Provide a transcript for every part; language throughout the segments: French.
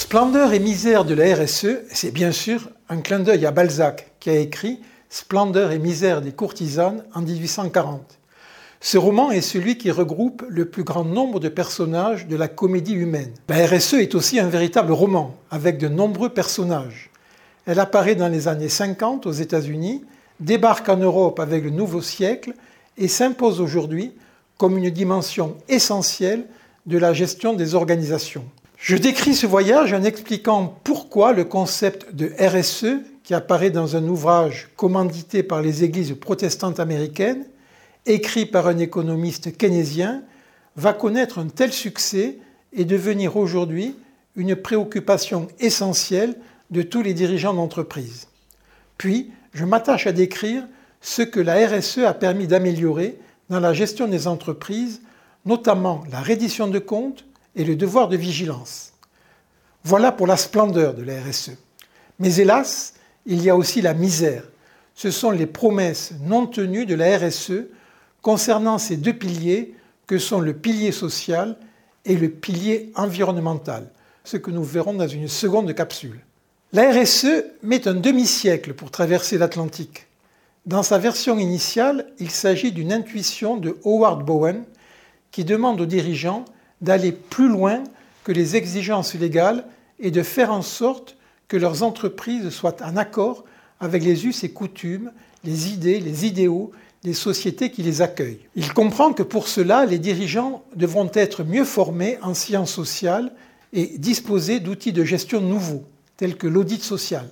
Splendeur et misère de la RSE, c'est bien sûr un clin d'œil à Balzac qui a écrit Splendeur et misère des courtisanes en 1840. Ce roman est celui qui regroupe le plus grand nombre de personnages de la comédie humaine. La RSE est aussi un véritable roman, avec de nombreux personnages. Elle apparaît dans les années 50 aux États-Unis, débarque en Europe avec le nouveau siècle et s'impose aujourd'hui comme une dimension essentielle de la gestion des organisations. Je décris ce voyage en expliquant pourquoi le concept de RSE, qui apparaît dans un ouvrage commandité par les églises protestantes américaines, écrit par un économiste keynésien, va connaître un tel succès et devenir aujourd'hui une préoccupation essentielle de tous les dirigeants d'entreprise. Puis, je m'attache à décrire ce que la RSE a permis d'améliorer dans la gestion des entreprises, notamment la reddition de comptes et le devoir de vigilance. Voilà pour la splendeur de la RSE. Mais hélas, il y a aussi la misère. Ce sont les promesses non tenues de la RSE concernant ces deux piliers que sont le pilier social et le pilier environnemental, ce que nous verrons dans une seconde capsule. La RSE met un demi-siècle pour traverser l'Atlantique. Dans sa version initiale, il s'agit d'une intuition de Howard Bowen qui demande aux dirigeants d'aller plus loin que les exigences légales et de faire en sorte que leurs entreprises soient en accord avec les us et coutumes, les idées, les idéaux des sociétés qui les accueillent. Il comprend que pour cela, les dirigeants devront être mieux formés en sciences sociales et disposer d'outils de gestion nouveaux, tels que l'audit social.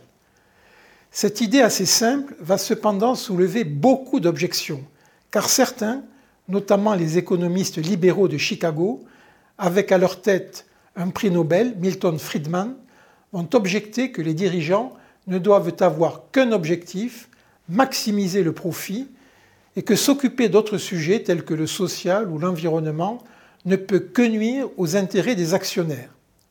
Cette idée assez simple va cependant soulever beaucoup d'objections, car certains, notamment les économistes libéraux de Chicago, avec à leur tête un prix Nobel, Milton Friedman, vont objecter que les dirigeants ne doivent avoir qu'un objectif, maximiser le profit, et que s'occuper d'autres sujets tels que le social ou l'environnement ne peut que nuire aux intérêts des actionnaires.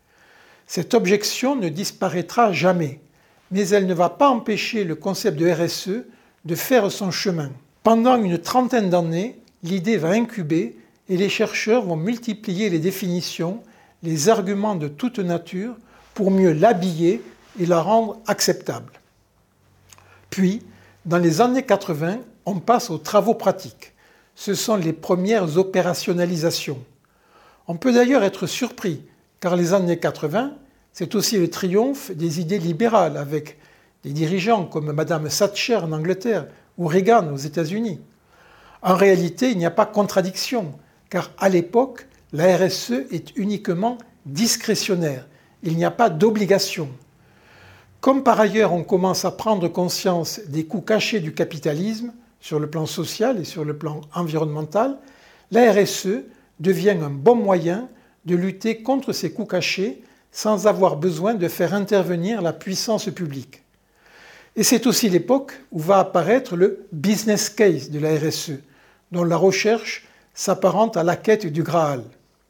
Cette objection ne disparaîtra jamais, mais elle ne va pas empêcher le concept de RSE de faire son chemin. Pendant une trentaine d'années, l'idée va incuber et les chercheurs vont multiplier les définitions, les arguments de toute nature pour mieux l'habiller et la rendre acceptable. Puis, dans les années 80, on passe aux travaux pratiques. Ce sont les premières opérationnalisations. On peut d'ailleurs être surpris, car les années 80, c'est aussi le triomphe des idées libérales, avec des dirigeants comme Madame Thatcher en Angleterre ou Reagan aux États-Unis. En réalité, il n'y a pas contradiction, car à l'époque, la RSE est uniquement discrétionnaire. Il n'y a pas d'obligation. Comme par ailleurs on commence à prendre conscience des coûts cachés du capitalisme, sur le plan social et sur le plan environnemental, la RSE devient un bon moyen de lutter contre ces coûts cachés sans avoir besoin de faire intervenir la puissance publique. Et c'est aussi l'époque où va apparaître le business case de la RSE, dont la recherche s'apparente à la quête du Graal.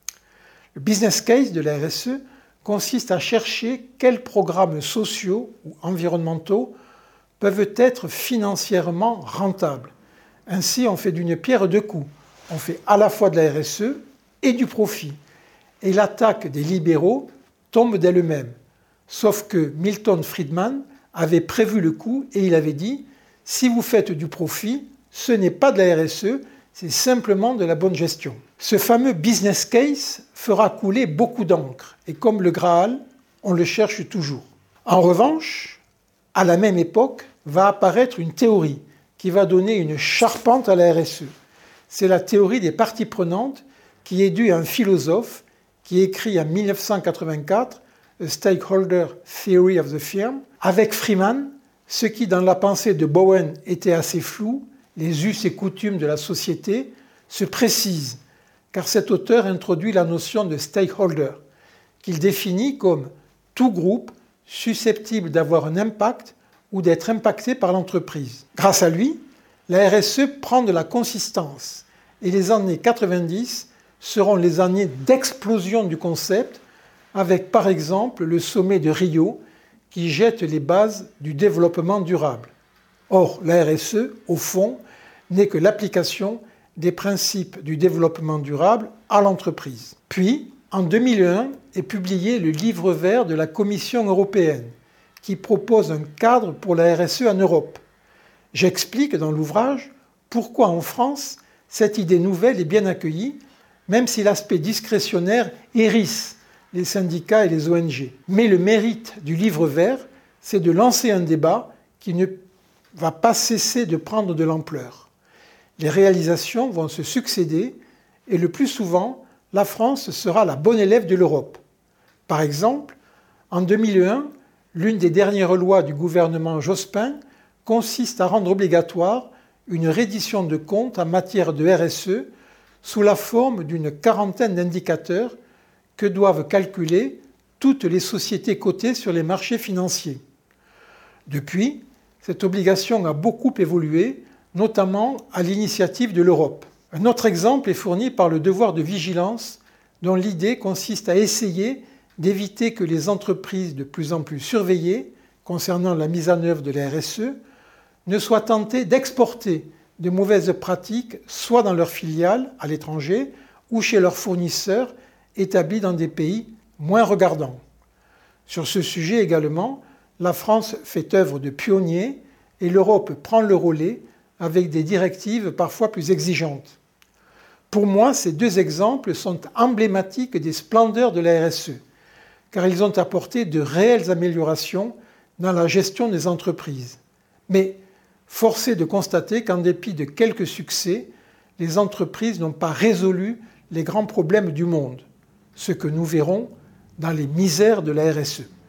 Le business case de la RSE consiste à chercher quels programmes sociaux ou environnementaux peuvent être financièrement rentables. Ainsi, on fait d'une pierre deux coups. On fait à la fois de la RSE et du profit. Et l'attaque des libéraux tombe d'elle-même. Sauf que Milton Friedman avait prévu le coup et il avait dit « Si vous faites du profit, ce n'est pas de la RSE, c'est simplement de la bonne gestion ». Ce fameux business case fera couler beaucoup d'encre. Et comme le Graal, on le cherche toujours. En revanche, à la même époque, va apparaître une théorie qui va donner une charpente à la RSE. C'est la théorie des parties prenantes qui est due à un philosophe qui écrit en 1984 A Stakeholder Theory of the Firm. Avec Freeman, ce qui dans la pensée de Bowen était assez flou, les us et coutumes de la société, se précise, car cet auteur introduit la notion de stakeholder, qu'il définit comme tout groupe susceptible d'avoir un impact ou d'être impacté par l'entreprise. Grâce à lui, la RSE prend de la consistance et les années 90 seront les années d'explosion du concept avec par exemple le sommet de Rio qui jette les bases du développement durable. Or, la RSE, au fond, n'est que l'application des principes du développement durable à l'entreprise. Puis, En 2001 est publié le livre vert de la Commission européenne qui propose un cadre pour la RSE en Europe. J'explique dans l'ouvrage pourquoi en France cette idée nouvelle est bien accueillie, même si l'aspect discrétionnaire hérisse les syndicats et les ONG. Mais le mérite du livre vert, c'est de lancer un débat qui ne va pas cesser de prendre de l'ampleur. Les réalisations vont se succéder et le plus souvent, la France sera la bonne élève de l'Europe. Par exemple, en 2001, l'une des dernières lois du gouvernement Jospin consiste à rendre obligatoire une reddition de comptes en matière de RSE sous la forme d'une quarantaine d'indicateurs que doivent calculer toutes les sociétés cotées sur les marchés financiers. Depuis, cette obligation a beaucoup évolué, notamment à l'initiative de l'Europe. Un autre exemple est fourni par le devoir de vigilance, dont l'idée consiste à essayer d'éviter que les entreprises de plus en plus surveillées concernant la mise en œuvre de la RSE ne soient tentées d'exporter de mauvaises pratiques soit dans leurs filiales à l'étranger ou chez leurs fournisseurs établis dans des pays moins regardants. Sur ce sujet également, la France fait œuvre de pionnier et l'Europe prend le relais avec des directives parfois plus exigeantes. Pour moi, ces deux exemples sont emblématiques des splendeurs de la RSE, car ils ont apporté de réelles améliorations dans la gestion des entreprises. Mais force est de constater qu'en dépit de quelques succès, les entreprises n'ont pas résolu les grands problèmes du monde, ce que nous verrons dans les misères de la RSE.